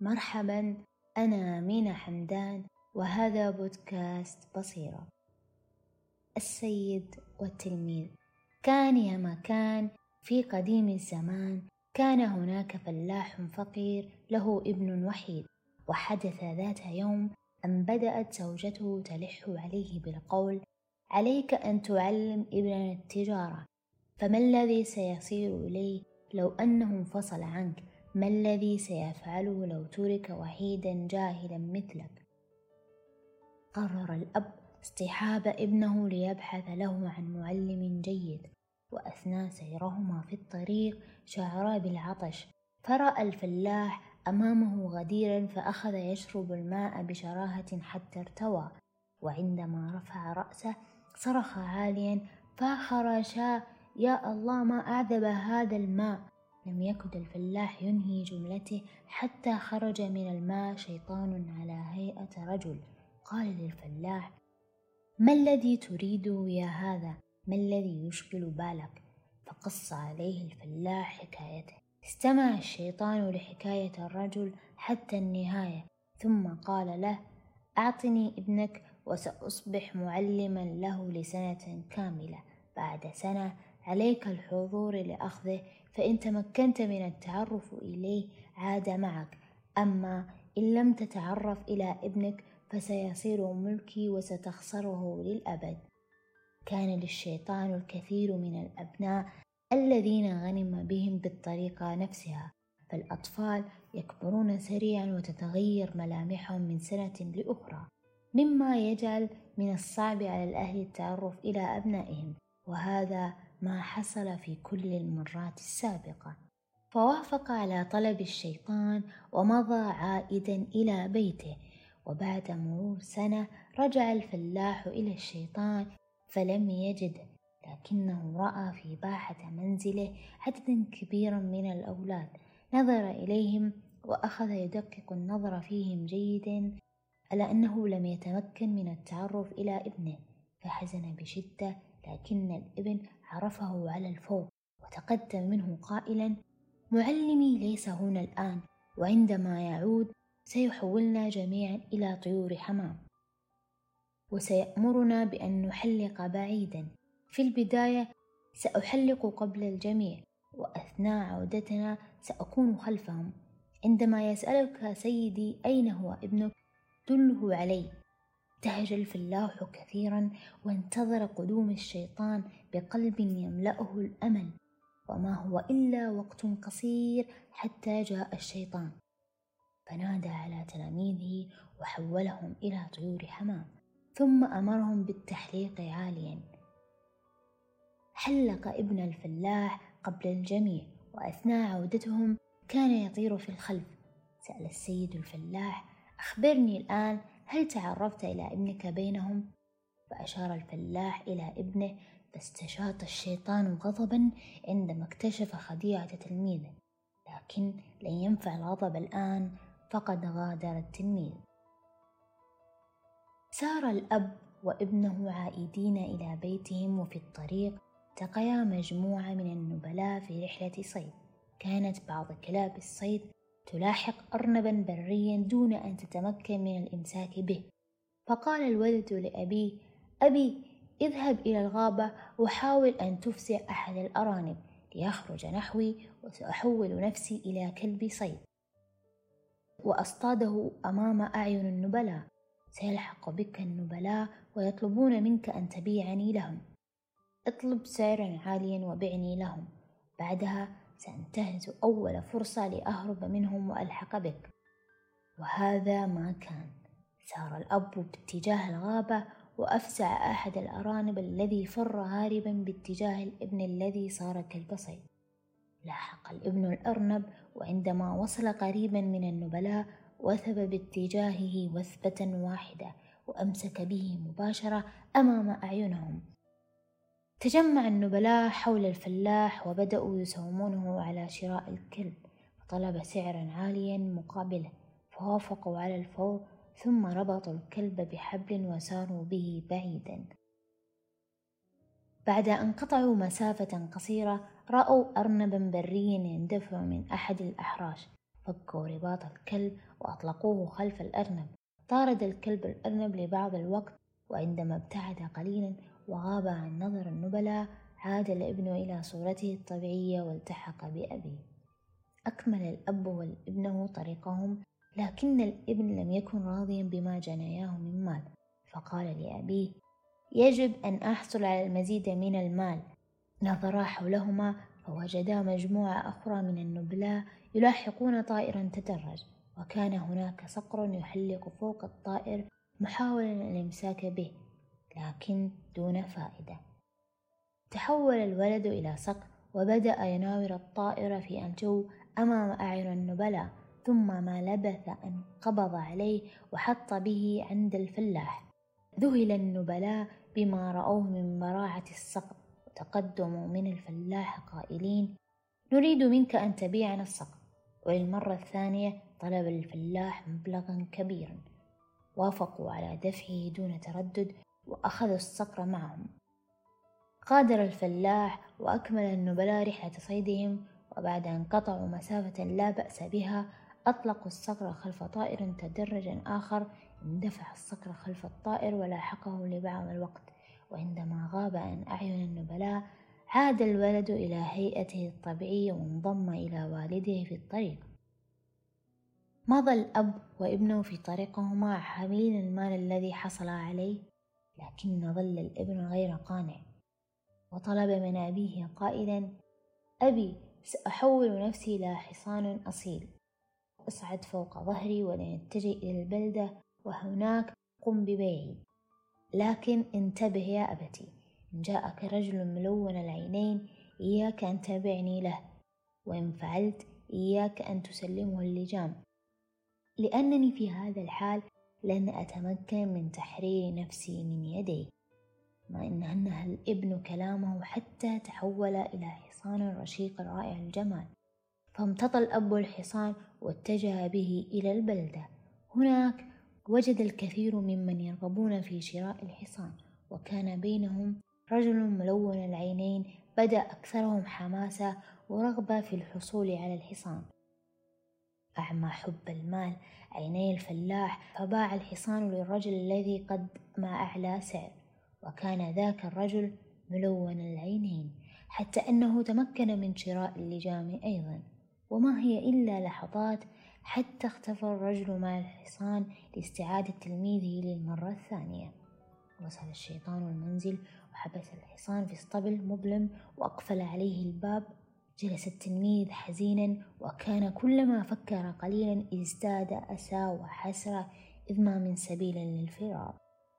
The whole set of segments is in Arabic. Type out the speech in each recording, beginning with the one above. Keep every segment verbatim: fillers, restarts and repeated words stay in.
مرحبا، أنا مينا حمدان وهذا بودكاست بصيرة. السيد والتلميذ. كان يا ما كان في قديم الزمان، كان هناك فلاح فقير له ابن وحيد. وحدث ذات يوم أن بدأت زوجته تلح عليه بالقول: عليك أن تعلم ابننا التجارة، فما الذي سيصير إليه لو أنه انفصل عنك؟ ما الذي سيفعله لو ترك وحيدا جاهلا مثلك؟ قرر الأب اصطحاب ابنه ليبحث له عن معلم جيد. وأثناء سيرهما في الطريق شعرا بالعطش، فرأى الفلاح أمامه غديرا فأخذ يشرب الماء بشراهة حتى ارتوى. وعندما رفع رأسه صرخ عاليا: فاخر شاء، يا الله ما أعذب هذا الماء! لم يكد الفلاح ينهي جملته حتى خرج من الماء شيطان على هيئة رجل. قال للفلاح: ما الذي تريده يا هذا؟ ما الذي يشغل بالك؟ فقص عليه الفلاح حكايته. استمع الشيطان لحكاية الرجل حتى النهاية، ثم قال له: أعطني ابنك وسأصبح معلما له لسنة كاملة. بعد سنة عليك الحضور لأخذه، فإن تمكنت من التعرف إليه عاد معك، أما إن لم تتعرف إلى ابنك فسيصير ملكي وستخسره للأبد. كان للشيطان الكثير من الأبناء الذين غنم بهم بالطريقة نفسها، فالأطفال يكبرون سريعا وتتغير ملامحهم من سنة لأخرى، مما يجعل من الصعب على الأهل التعرف إلى أبنائهم، وهذا ما حصل في كل المرات السابقة. فوافق على طلب الشيطان ومضى عائدا إلى بيته. وبعد مرور سنة رجع الفلاح إلى الشيطان فلم يجده، لكنه رأى في باحة منزله عددا كبيرا من الأولاد. نظر إليهم وأخذ يدقق النظر فيهم جيدا، على أنه لم يتمكن من التعرف إلى ابنه، فحزن بشدة. لكن الابن عرفه على الفور وتقدم منه قائلا: معلمي ليس هنا الآن، وعندما يعود سيحولنا جميعا إلى طيور حمام، وسيأمرنا بأن نحلق بعيدا. في البداية سأحلق قبل الجميع، وأثناء عودتنا سأكون خلفهم. عندما يسألك سيدي أين هو ابنك دله علي. ابتهج الفلاح كثيرا وانتظر قدوم الشيطان بقلب يملأه الأمل، وما هو إلا وقت قصير حتى جاء الشيطان، فنادى على تلاميذه وحولهم إلى طيور حمام، ثم أمرهم بالتحليق عاليا. حلق ابن الفلاح قبل الجميع، وأثناء عودتهم كان يطير في الخلف. سأل السيد الفلاح: أخبرني الآن، هل تعرفت إلى ابنك بينهم؟ فأشار الفلاح إلى ابنه، فاستشاط الشيطان غضبا عندما اكتشف خديعة تلميذه، لكن لن ينفع الغضب الآن، فقد غادر التلميذ. سار الأب وابنه عائدين إلى بيتهم، وفي الطريق التقيا مجموعة من النبلاء في رحلة صيد. كانت بعض كلاب الصيد تلاحق أرنبا بريا دون أن تتمكن من الإمساك به، فقال الولد لأبيه: أبي، اذهب إلى الغابة وحاول أن تفزع أحد الأرانب ليخرج نحوي، وسأحول نفسي إلى كلب صيد وأصطاده أمام أعين النبلاء. سيلحق بك النبلاء ويطلبون منك أن تبيعني لهم. اطلب سعرا عاليا وبعني لهم، بعدها سأنتهز أول فرصة لأهرب منهم وألحق بك. وهذا ما كان. سار الأب باتجاه الغابة وأفزع أحد الأرانب الذي فر هاربا باتجاه الابن الذي صار كالبصيد. لاحق الابن الأرنب، وعندما وصل قريبا من النبلاء وثب باتجاهه وثبة واحدة وأمسك به مباشرة أمام أعينهم. تجمع النبلاء حول الفلاح وبدأوا يساومونه على شراء الكلب، فطلب سعرا عاليا مقابله، فوافقوا على الفور، ثم ربطوا الكلب بحبل وساروا به بعيدا. بعد أن قطعوا مسافة قصيرة رأوا أرنبا بريا يندفع من أحد الأحراش، فكوا رباط الكلب وأطلقوه خلف الأرنب. طارد الكلب الأرنب لبعض الوقت، وعندما ابتعد قليلا وغاب عن نظر النبلاء عاد الابن إلى صورته الطبيعية والتحق بأبيه. أكمل الأب والابن طريقهم، لكن الابن لم يكن راضيا بما جنياه من مال، فقال لأبيه: يجب أن أحصل على المزيد من المال. نظرا حولهما فوجدا مجموعة أخرى من النبلاء يلاحقون طائرا تدرج، وكان هناك صقر يحلق فوق الطائر محاولا الإمساك به، لكن دون فائدة. تحول الولد إلى صقر وبدأ يناور الطائر في الجو أمام أعين النبلاء، ثم ما لبث أن قبض عليه وحط به عند الفلاح. ذهل النبلاء بما رأوه من براعة الصقر، وتقدموا من الفلاح قائلين: نريد منك أن تبيعنا الصقر. وللمرة الثانية طلب الفلاح مبلغا كبيرا. وافقوا على دفعه دون تردد، وأخذوا الصقر معهم. غادر الفلاح وأكمل النبلاء رحلة صيدهم، وبعد أن قطعوا مسافة لا بأس بها أطلقوا الصقر خلف طائر تدرج آخر. اندفع الصقر خلف الطائر ولاحقه لبعض الوقت، وعندما غاب عن أعين النبلاء عاد الولد إلى هيئته الطبيعية وانضم إلى والده في الطريق. مضى الأب وابنه في طريقهما حاملين المال الذي حصل عليه، لكن ظل الابن غير قانع، وطلب من أبيه قائلا: أبي، سأحول نفسي إلى حصان أصيل، اصعد فوق ظهري ولنتجه إلى البلدة، وهناك قم ببيعي. لكن انتبه يا أبتي، إن جاءك رجل ملون العينين إياك أن تبعني له، وإن فعلت إياك أن تسلمه اللجام، لأنني في هذا الحال لن أتمكن من تحرير نفسي من يديه. ما إن أنها الابن كلامه حتى تحول إلى حصان رشيق رائع الجمال. فامتطى الأب الحصان واتجه به إلى البلدة. هناك وجد الكثير ممن يرغبون في شراء الحصان، وكان بينهم رجل ملون العينين بدأ أكثرهم حماسة ورغبة في الحصول على الحصان. أعمى حب المال عيني الفلاح، فباع الحصان للرجل الذي قد ما أعلى سعر، وكان ذاك الرجل ملون العينين، حتى أنه تمكن من شراء اللجام أيضا. وما هي إلا لحظات حتى اختفى الرجل مع الحصان لاستعادة تلميذه للمرة الثانية. وصل الشيطان المنزل وحبس الحصان في اسطبل مظلم وأقفل عليه الباب. جلس التلميذ حزينا، وكان كلما فكر قليلا ازداد أسى وحسرة، إذ ما من سبيل للفرار.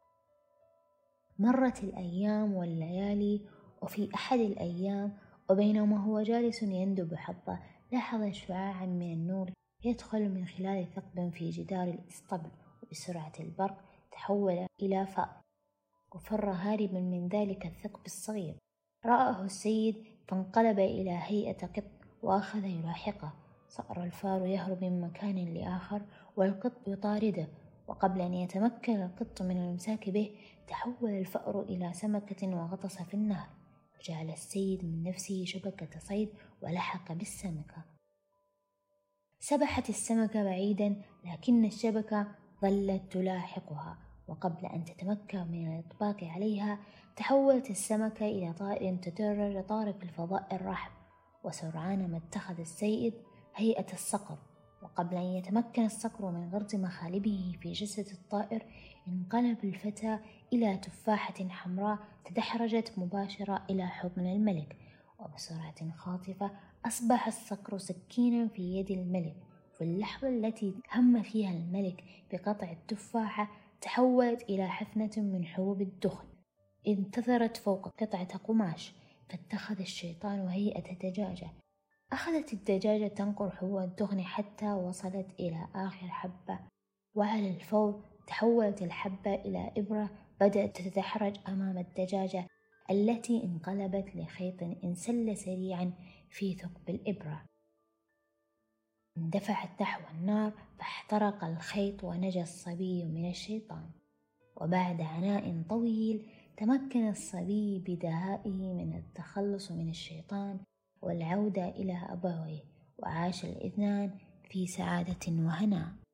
مرت الأيام والليالي، وفي أحد الأيام وبينما هو جالس يندب حظه لاحظ شعاعا من النور يدخل من خلال ثقب في جدار الإسطبل، وبسرعة البرق تحول إلى فأر وفر هاربا من ذلك الثقب الصغير. رآه السيد فانقلب إلى هيئة قط وأخذ يلاحقه. صار الفار يهرب من مكان لآخر والقط يطارده، وقبل أن يتمكن القط من الإمساك به تحول الفأر إلى سمكة وغطس في النهر، وجعل السيد من نفسه شبكة صيد ولحق بالسمكة. سبحت السمكة بعيدا، لكن الشبكة ظلت تلاحقها، وقبل أن تتمكن من الإطباق عليها تحولت السمكة إلى طائر تدرج طار في الفضاء الرحب. وسرعان ما اتخذ السيد هيئة الصقر، وقبل أن يتمكن الصقر من غرز مخالبه في جسد الطائر انقلب الفتى إلى تفاحة حمراء تدحرجت مباشرة إلى حضن الملك. وبسرعة خاطفة أصبح الصقر سكينا في يد الملك. في اللحظة التي هم فيها الملك بقطع التفاحة تحولت إلى حفنة من حبوب الدخن انتثرت فوق قطعة قماش، فاتخذ الشيطان هيئة دجاجة. أخذت الدجاجة تنقر حبوب الدخن حتى وصلت إلى آخر حبة، وعلى الفور تحولت الحبة إلى إبرة بدأت تتدحرج أمام الدجاجة التي انقلبت لخيط انسل سريعا في ثقب الإبرة. اندفعت نحو النار فاحترق الخيط ونجا الصبي من الشيطان. وبعد عناء طويل تمكن الصبي بدهائه من التخلص من الشيطان والعودة إلى أبويه، وعاش الاثنان في سعادة وهناء.